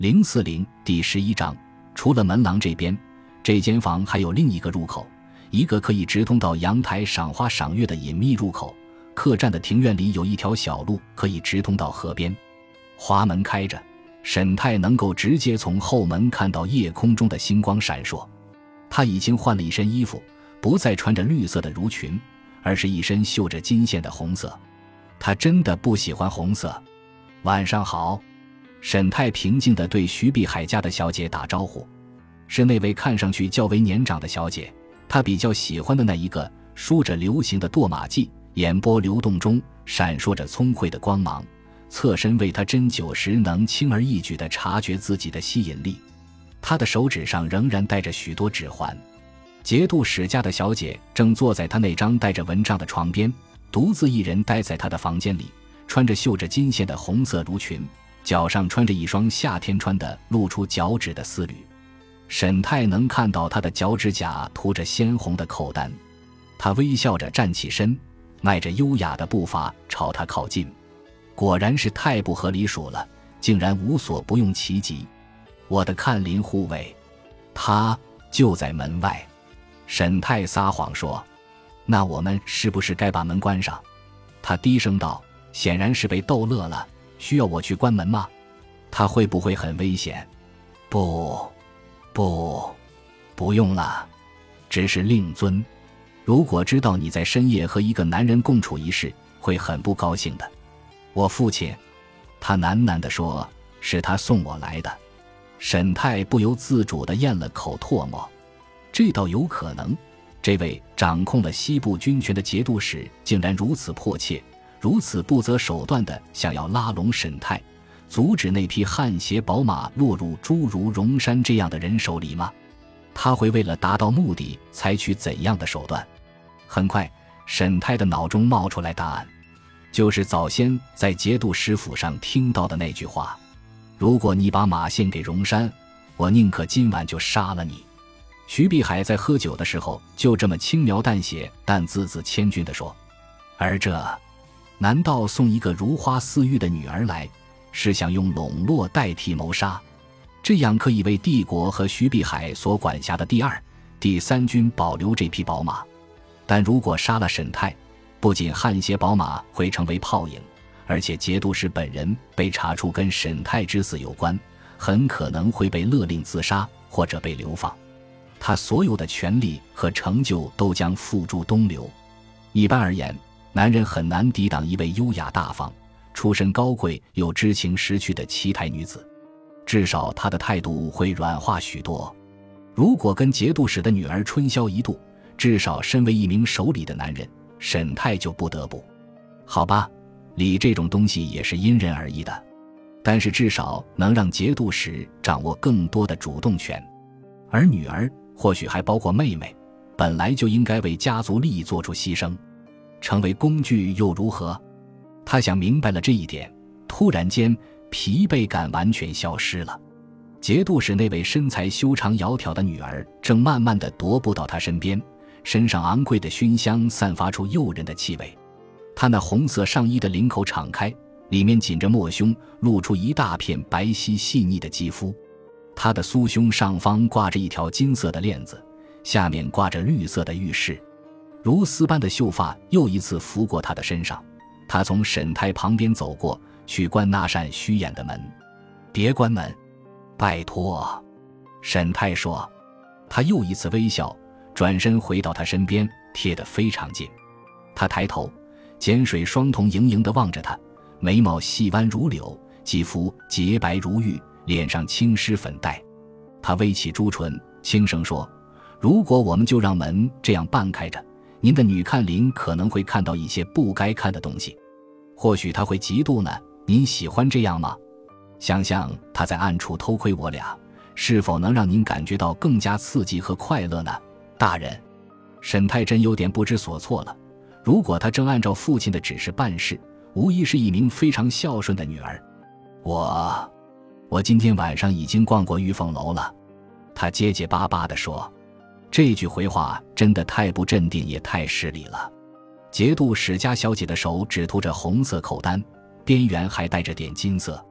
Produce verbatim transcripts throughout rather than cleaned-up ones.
零四零第十一章，除了门廊这边，这间房还有另一个入口，一个可以直通到阳台赏花赏月的隐秘入口。客栈的庭院里有一条小路可以直通到河边，花门开着，沈太能够直接从后门看到夜空中的星光闪烁。他已经换了一身衣服，不再穿着绿色的襦裙，而是一身绣着金线的红色。他真的不喜欢红色。晚上好，沈太平静地对徐碧海家的小姐打招呼，是那位看上去较为年长的小姐，她比较喜欢的那一个，梳着流行的堕马髻，眼波流动中闪烁着聪慧的光芒，侧身为她斟酒时能轻而易举地察觉自己的吸引力。她的手指上仍然戴着许多指环。节度使家的小姐正坐在她那张带着蚊帐的床边，独自一人待在她的房间里，穿着绣着金线的红色襦裙，脚上穿着一双夏天穿的露出脚趾的丝履。沈太能看到她的脚趾甲涂着鲜红的扣丹。她微笑着站起身，迈着优雅的步伐朝他靠近。果然是太不合理数了，竟然无所不用其极。我的看林护卫，他就在门外。沈太撒谎说，那我们是不是该把门关上？他低声道，显然是被逗乐了。需要我去关门吗？他会不会很危险？不不不用了，只是令尊如果知道你在深夜和一个男人共处一室，会很不高兴的。我父亲，他喃喃地说，是他送我来的。沈太不由自主地咽了口唾沫。这倒有可能，这位掌控了西部军权的节度使竟然如此迫切，如此不择手段地想要拉拢沈太，阻止那匹汗血宝马落入诸如荣山这样的人手里吗？他会为了达到目的采取怎样的手段？很快，沈太的脑中冒出来答案，就是早先在节度使府上听到的那句话，如果你把马献给荣山，我宁可今晚就杀了你。徐碧海在喝酒的时候就这么轻描淡写但字字千钧地说，而这难道送一个如花似玉的女儿来，是想用笼络代替谋杀？这样可以为帝国和徐碧海所管辖的第二、第三军保留这匹宝马。但如果杀了沈太，不仅汗血宝马会成为泡影，而且节度使本人被查出跟沈太之死有关，很可能会被勒令自杀或者被流放。他所有的权力和成就都将付诸东流。一般而言，男人很难抵挡一位优雅大方、出身高贵又知情识趣的奇才女子，至少她的态度会软化许多。如果跟节度使的女儿春宵一度，至少身为一名守礼的男人，沈太就不得不。好吧，礼这种东西也是因人而异的，但是至少能让节度使掌握更多的主动权。而女儿，或许还包括妹妹，本来就应该为家族利益做出牺牲，成为工具又如何？他想明白了这一点，突然间疲惫感完全消失了。节度使那位身材修长窈窕的女儿正慢慢地踱步到他身边，身上昂贵的熏香散发出诱人的气味。她那红色上衣的领口敞开，里面紧着抹胸，露出一大片白皙细腻的肌肤。她的酥胸上方挂着一条金色的链子，下面挂着绿色的玉饰，如丝般的秀发又一次拂过她的身上。她从沈太旁边走过去，关那扇虚掩的门。别关门，拜托，沈太说。她又一次微笑，转身回到他身边，贴得非常近。他抬头，碱水双瞳盈盈地望着他，眉毛细弯如柳，肌肤洁白如玉，脸上轻施粉黛。他微起朱唇，轻声说，如果我们就让门这样半开着，您的女看林可能会看到一些不该看的东西，或许她会嫉妒呢。您喜欢这样吗？想象她在暗处偷窥我俩，是否能让您感觉到更加刺激和快乐呢？大人，沈太真有点不知所措了。如果她正按照父亲的指示办事，无疑是一名非常孝顺的女儿。我我今天晚上已经逛过玉凤楼了，她结结巴巴地说。这句回话真的太不镇定，也太失礼了。节度使家小姐的手只涂着红色扣丹，边缘还带着点金色。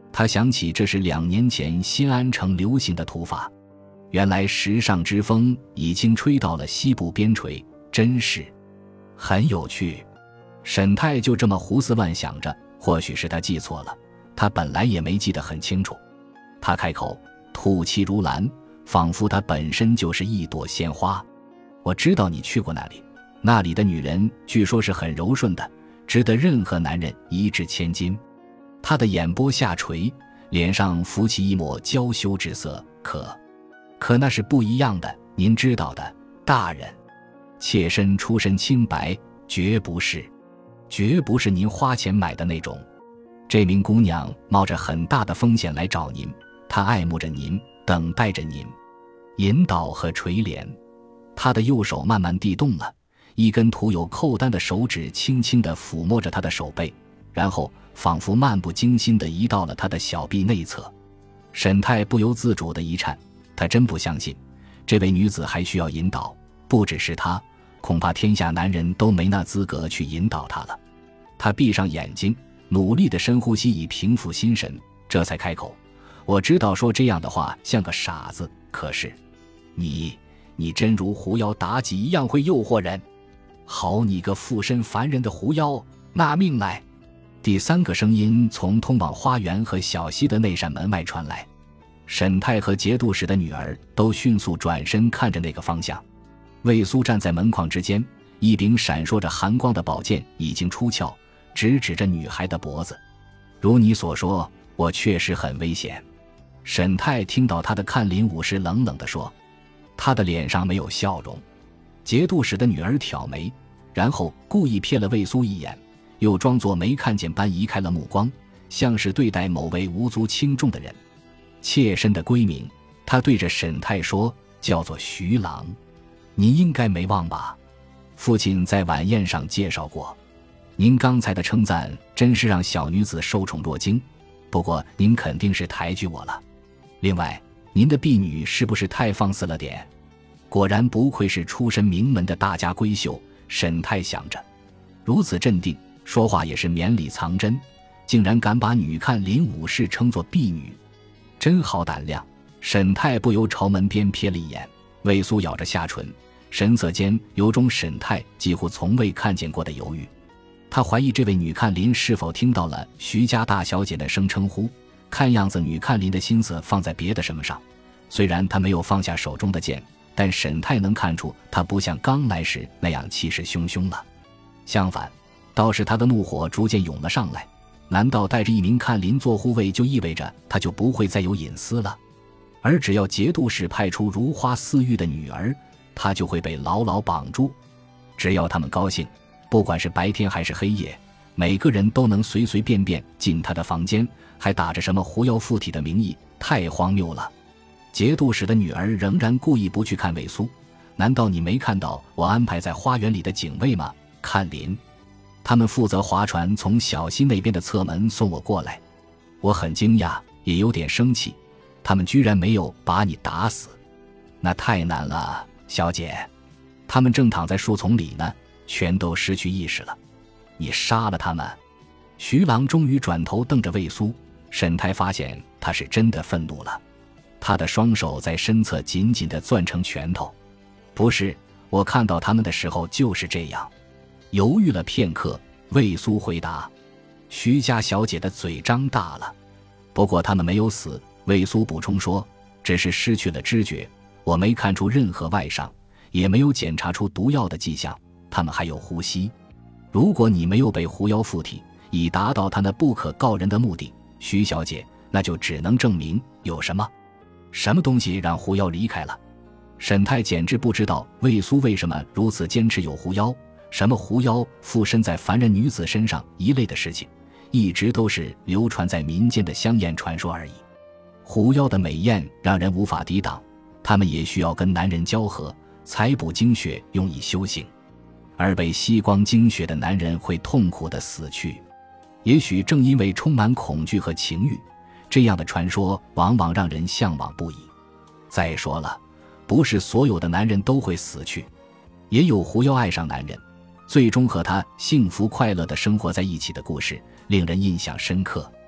他想起这是两年前新安城流行的土法，原来时尚之风已经吹到了西部边陲，真是很有趣。沈太就这么胡思乱想着，或许是他记错了，他本来也没记得很清楚。他开口，吐气如兰，仿佛他本身就是一朵鲜花。我知道你去过那里，那里的女人据说是很柔顺的，值得任何男人一掷千金。他的眼波下垂，脸上浮起一抹娇羞之色，可可那是不一样的，您知道的，大人。妾身出身清白，绝不是绝不是您花钱买的那种。这名姑娘冒着很大的风险来找您，她爱慕着您，等待着您。引导和垂怜，他的右手慢慢地动了，一根涂有扣单的手指轻轻地抚摸着他的手背，然后仿佛漫不经心地移到了他的小臂内侧。沈太不由自主地一颤，他真不相信这位女子还需要引导，不只是他，恐怕天下男人都没那资格去引导她了。他闭上眼睛，努力地深呼吸以平复心神，这才开口，我知道说这样的话像个傻子，可是你你真如狐妖妲己一样会诱惑人。好你个附身凡人的狐妖，拿命来。第三个声音从通往花园和小溪的那扇门外传来，沈太和节度使的女儿都迅速转身看着那个方向。魏苏站在门框之间，一柄闪烁着寒光的宝剑已经出鞘，直指着女孩的脖子。如你所说，我确实很危险。沈太听到他的看林武士冷冷地说，他的脸上没有笑容。节度使的女儿挑眉，然后故意瞥了魏苏一眼，又装作没看见般移开了目光，像是对待某位无足轻重的人。妾身的闺名，他对着沈太说，叫做徐郎，您应该没忘吧？父亲在晚宴上介绍过。您刚才的称赞真是让小女子受宠若惊，不过您肯定是抬举我了。另外，您的婢女是不是太放肆了点？果然不愧是出身名门的大家闺秀，沈太想着，如此镇定，说话也是绵里藏针，竟然敢把女看林武士称作婢女，真好胆量。沈太不由朝门边瞥了一眼，魏苏咬着下唇，神色间有种沈太几乎从未看见过的犹豫。他怀疑这位女看林是否听到了徐家大小姐的声称呼，看样子女看林的心思放在别的什么上。虽然她没有放下手中的剑，但沈太能看出她不像刚来时那样气势汹汹了，相反，倒是她的怒火逐渐涌了上来。难道带着一名看林做护卫就意味着她就不会再有隐私了？而只要节度使派出如花似玉的女儿，她就会被牢牢绑住。只要他们高兴，不管是白天还是黑夜，每个人都能随随便便进他的房间，还打着什么狐妖附体的名义，太荒谬了。节度使的女儿仍然故意不去看魏苏，难道你没看到我安排在花园里的警卫吗？看林，他们负责划船从小溪那边的侧门送我过来。我很惊讶，也有点生气，他们居然没有把你打死。那太难了，小姐。他们正躺在树丛里呢，全都失去意识了。你杀了他们？徐郎终于转头瞪着魏苏，沈太发现他是真的愤怒了，他的双手在身侧紧紧地攥成拳头。不是，我看到他们的时候就是这样。犹豫了片刻，魏苏回答。徐家小姐的嘴张大了。不过他们没有死，魏苏补充说，只是失去了知觉，我没看出任何外伤，也没有检查出毒药的迹象，他们还有呼吸。如果你没有被狐妖附体，以达到他那不可告人的目的，徐小姐，那就只能证明有什么什么东西让狐妖离开了。沈太简直不知道魏苏为什么如此坚持有狐妖，什么狐妖附身在凡人女子身上一类的事情，一直都是流传在民间的香艳传说而已。狐妖的美艳让人无法抵挡，他们也需要跟男人交合，采补精血用以修行，而被吸光精血的男人会痛苦地死去。也许正因为充满恐惧和情欲，这样的传说往往让人向往不已。再说了，不是所有的男人都会死去，也有狐妖爱上男人，最终和他幸福快乐地生活在一起的故事，令人印象深刻。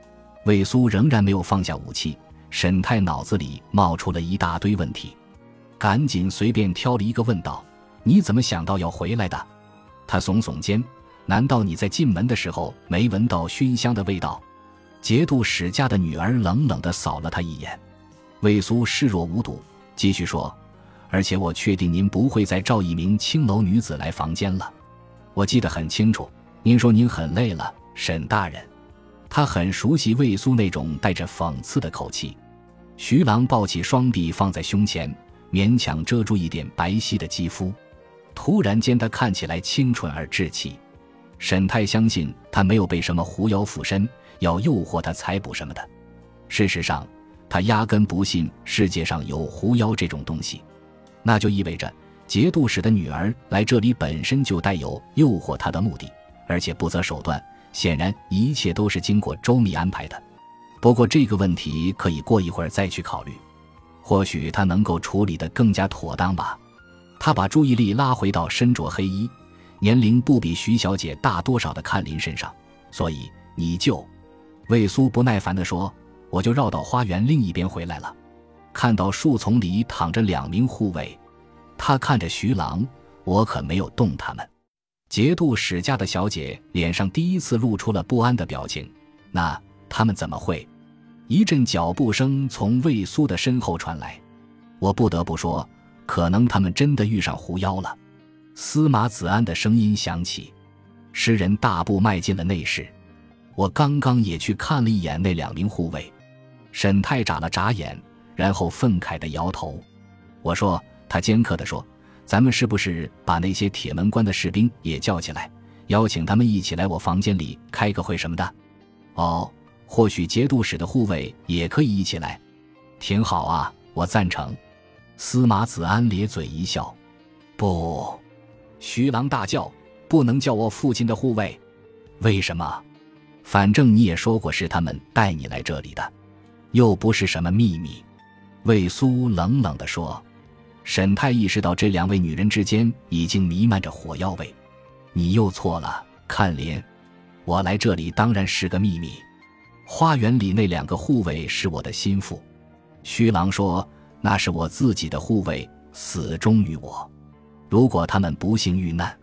魏苏仍然没有放下武器，沈太脑子里冒出了一大堆问题，赶紧随便挑了一个问道：你怎么想到要回来的？他耸耸肩，难道你在进门的时候没闻到熏香的味道？节度使家的女儿冷冷地扫了他一眼。魏苏视若无睹，继续说：而且我确定您不会再召一名青楼女子来房间了。我记得很清楚，您说您很累了，沈大人。他很熟悉魏苏那种带着讽刺的口气。徐郎抱起双臂放在胸前，勉强遮住一点白皙的肌肤。突然间他看起来清纯而稚气。沈太相信他没有被什么狐妖附身，要诱惑他采捕什么的。事实上，他压根不信世界上有狐妖这种东西。那就意味着节度使的女儿来这里本身就带有诱惑他的目的，而且不择手段，显然一切都是经过周密安排的。不过这个问题可以过一会儿再去考虑，或许他能够处理得更加妥当吧。他把注意力拉回到身着黑衣、年龄不比徐小姐大多少的阚林身上。所以你就……魏苏不耐烦地说，我就绕到花园另一边回来了，看到树丛里躺着两名护卫。他看着徐郎，我可没有动他们。节度使家的小姐脸上第一次露出了不安的表情。那他们怎么会？一阵脚步声从魏苏的身后传来。我不得不说，可能他们真的遇上狐妖了。司马子安的声音响起。诗人大步迈进了内室。我刚刚也去看了一眼那两名护卫。沈太眨了眨眼，然后愤慨地摇头。我说，他尖刻地说，咱们是不是把那些铁门关的士兵也叫起来，邀请他们一起来我房间里开个会什么的？哦，或许节度使的护卫也可以一起来。挺好啊，我赞成。司马子安咧嘴一笑。不，徐郎大叫，不能叫我父亲的护卫。为什么？反正你也说过是他们带你来这里的，又不是什么秘密。魏苏冷冷地说。沈太意识到这两位女人之间已经弥漫着火药味。你又错了，阚林，我来这里当然是个秘密。花园里那两个护卫是我的心腹。虚郎说，那是我自己的护卫，死忠于我。如果他们不幸遇难，